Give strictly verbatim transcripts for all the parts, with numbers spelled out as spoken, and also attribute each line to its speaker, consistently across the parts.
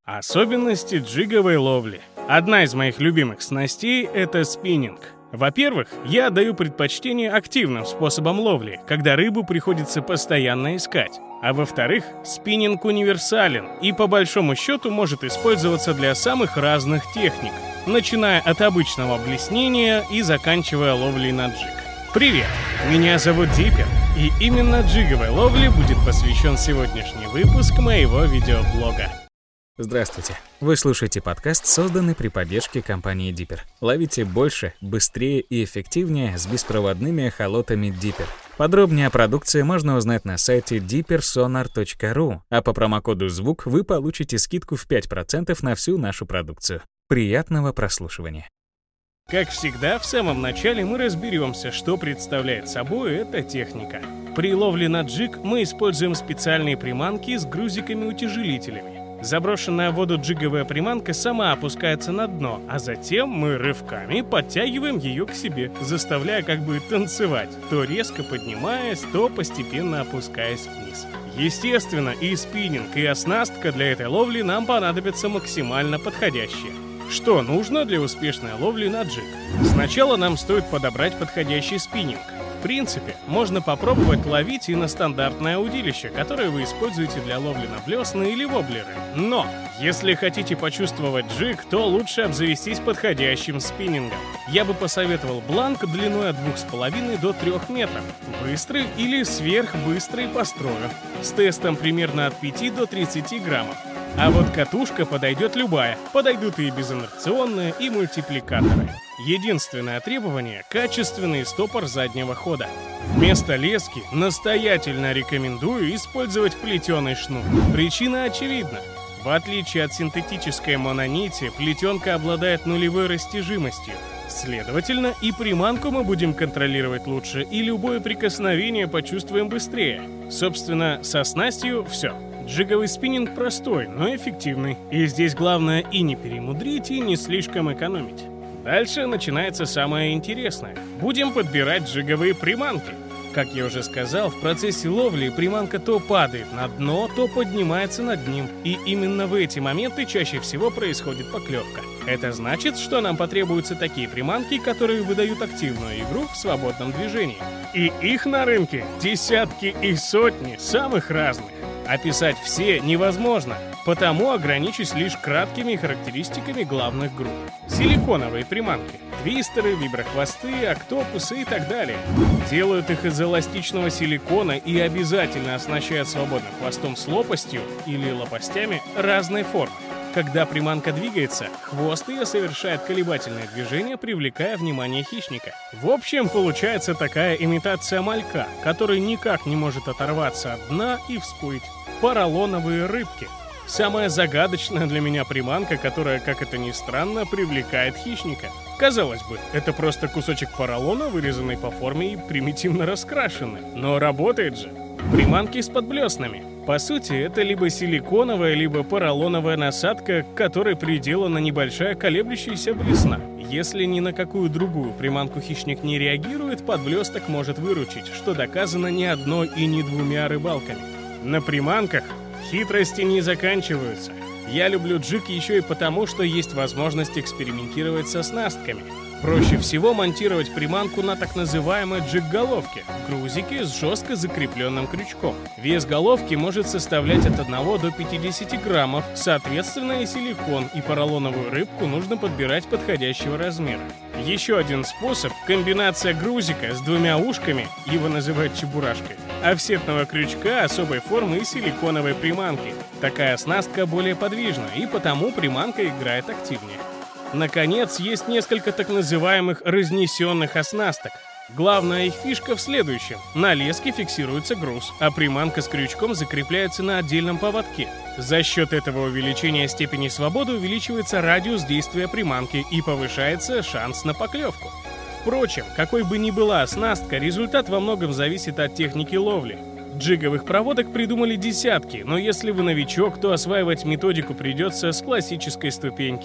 Speaker 1: Особенности джиговой ловли. Одна из моих любимых снастей — это спиннинг. Во-первых, я даю предпочтение активным способам ловли, когда рыбу приходится постоянно искать. А во-вторых, спиннинг универсален и по большому счету может использоваться для самых разных техник, начиная от обычного блеснения и заканчивая ловлей на джиг. Привет, меня зовут Диппер, и именно джиговой ловле будет посвящен сегодняшний выпуск моего видеоблога.
Speaker 2: Здравствуйте. Вы слушаете подкаст, созданный при поддержке компании Dipper. Ловите больше, быстрее и эффективнее с беспроводными эхолотами Dipper. Подробнее о продукции можно узнать на сайте диппер сонар точка ру, а по промокоду «Звук» вы получите скидку в пять процентов на всю нашу продукцию. Приятного прослушивания.
Speaker 1: Как всегда, в самом начале мы разберемся, что представляет собой эта техника. При ловле на джиг мы используем специальные приманки с грузиками-утяжелителями. Заброшенная в воду джиговая приманка сама опускается на дно, а затем мы рывками подтягиваем ее к себе, заставляя как бы танцевать, то резко поднимаясь, то постепенно опускаясь вниз. Естественно, и спиннинг, и оснастка для этой ловли нам понадобятся максимально подходящие. Что нужно для успешной ловли на джиг? Сначала нам стоит подобрать подходящий спиннинг. В принципе, можно попробовать ловить и на стандартное удилище, которое вы используете для ловли на блесны или воблеры. Но, если хотите почувствовать джиг, то лучше обзавестись подходящим спиннингом. Я бы посоветовал бланк длиной от двух с половиной до трёх метров, быстрый или сверхбыстрый по строю, с тестом примерно от пяти до тридцати граммов. А вот катушка подойдет любая, подойдут и безинерционные, и мультипликаторы. Единственное требование – качественный стопор заднего хода. Вместо лески настоятельно рекомендую использовать плетеный шнур. Причина очевидна. В отличие от синтетической мононити, плетенка обладает нулевой растяжимостью. Следовательно, и приманку мы будем контролировать лучше, и любое прикосновение почувствуем быстрее. Собственно, со снастью все. Джиговый спиннинг простой, но эффективный. И здесь главное и не перемудрить, и не слишком экономить. Дальше начинается самое интересное. Будем подбирать джиговые приманки. Как я уже сказал, в процессе ловли приманка то падает на дно, то поднимается над ним. И именно в эти моменты чаще всего происходит поклевка. Это значит, что нам потребуются такие приманки, которые выдают активную игру в свободном движении. И их на рынке десятки и сотни самых разных. Описать все невозможно, потому ограничусь лишь краткими характеристиками главных групп. Силиконовые приманки, твистеры, виброхвосты, октопусы и так далее. Делают их из эластичного силикона и обязательно оснащают свободным хвостом с лопастью или лопастями разной формы. Когда приманка двигается, хвост ее совершает колебательное движение, привлекая внимание хищника. В общем, получается такая имитация малька, который никак не может оторваться от дна и всплыть. Поролоновые рыбки. Самая загадочная для меня приманка, которая, как это ни странно, привлекает хищника. Казалось бы, это просто кусочек поролона, вырезанный по форме и примитивно раскрашенный. Но работает же. Приманки с подблеснами. По сути, это либо силиконовая, либо поролоновая насадка, к которой приделана небольшая колеблющаяся блесна. Если ни на какую другую приманку хищник не реагирует, подблесток может выручить, что доказано не одной и не двумя рыбалками. На приманках хитрости не заканчиваются. Я люблю джиг еще и потому, что есть возможность экспериментировать со оснастками. Проще всего монтировать приманку на так называемой джиг-головке – грузике с жестко закрепленным крючком. Вес головки может составлять от одного до пятидесяти граммов, соответственно и силикон, и поролоновую рыбку нужно подбирать подходящего размера. Еще один способ – комбинация грузика с двумя ушками, его называют чебурашкой, офсетного крючка особой формы и силиконовой приманки. Такая оснастка более подвижна, и потому приманка играет активнее. Наконец, есть несколько так называемых разнесенных оснасток. Главная их фишка в следующем. На леске фиксируется груз, а приманка с крючком закрепляется на отдельном поводке. За счет этого увеличения степени свободы увеличивается радиус действия приманки и повышается шанс на поклевку. Впрочем, какой бы ни была оснастка, результат во многом зависит от техники ловли. Джиговых проводок придумали десятки, но если вы новичок, то осваивать методику придется с классической ступеньки.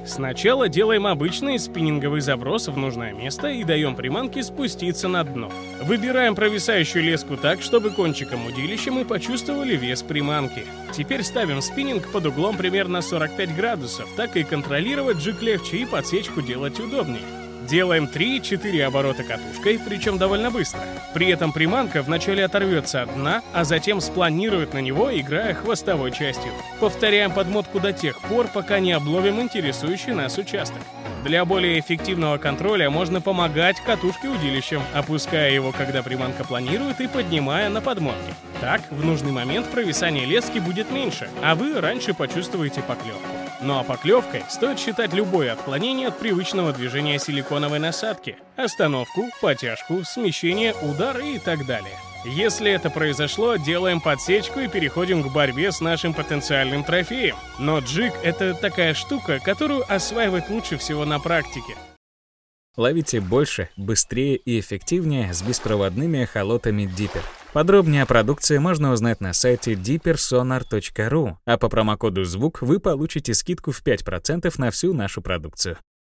Speaker 1: Сначала делаем обычный спиннинговый заброс в нужное место и даем приманке спуститься на дно. Выбираем провисающую леску так, чтобы кончиком удилища мы почувствовали вес приманки. Теперь ставим спиннинг под углом примерно сорок пять градусов, так и контролировать джиг легче и подсечку делать удобнее. Делаем три-четыре оборота катушкой, причем довольно быстро. При этом приманка вначале оторвется от дна, а затем спланирует на него, играя хвостовой частью. Повторяем подмотку до тех пор, пока не обловим интересующий нас участок. Для более эффективного контроля можно помогать катушке удилищем, опуская его, когда приманка планирует, и поднимая на подмотке. Так, в нужный момент провисание лески будет меньше, а вы раньше почувствуете поклевку. Ну а поклевкой стоит считать любое отклонение от привычного движения силиконовой насадки, остановку, потяжку, смещение, удар и так далее. Если это произошло, делаем подсечку и переходим к борьбе с нашим потенциальным трофеем. Но джиг — это такая штука, которую осваивать лучше всего на практике.
Speaker 2: Ловите больше, быстрее и эффективнее с беспроводными эхолотами Dipper. Подробнее о продукции можно узнать на сайте диппер сонар точка ру, а по промокоду «Звук» вы получите скидку в пять процентов на всю нашу продукцию.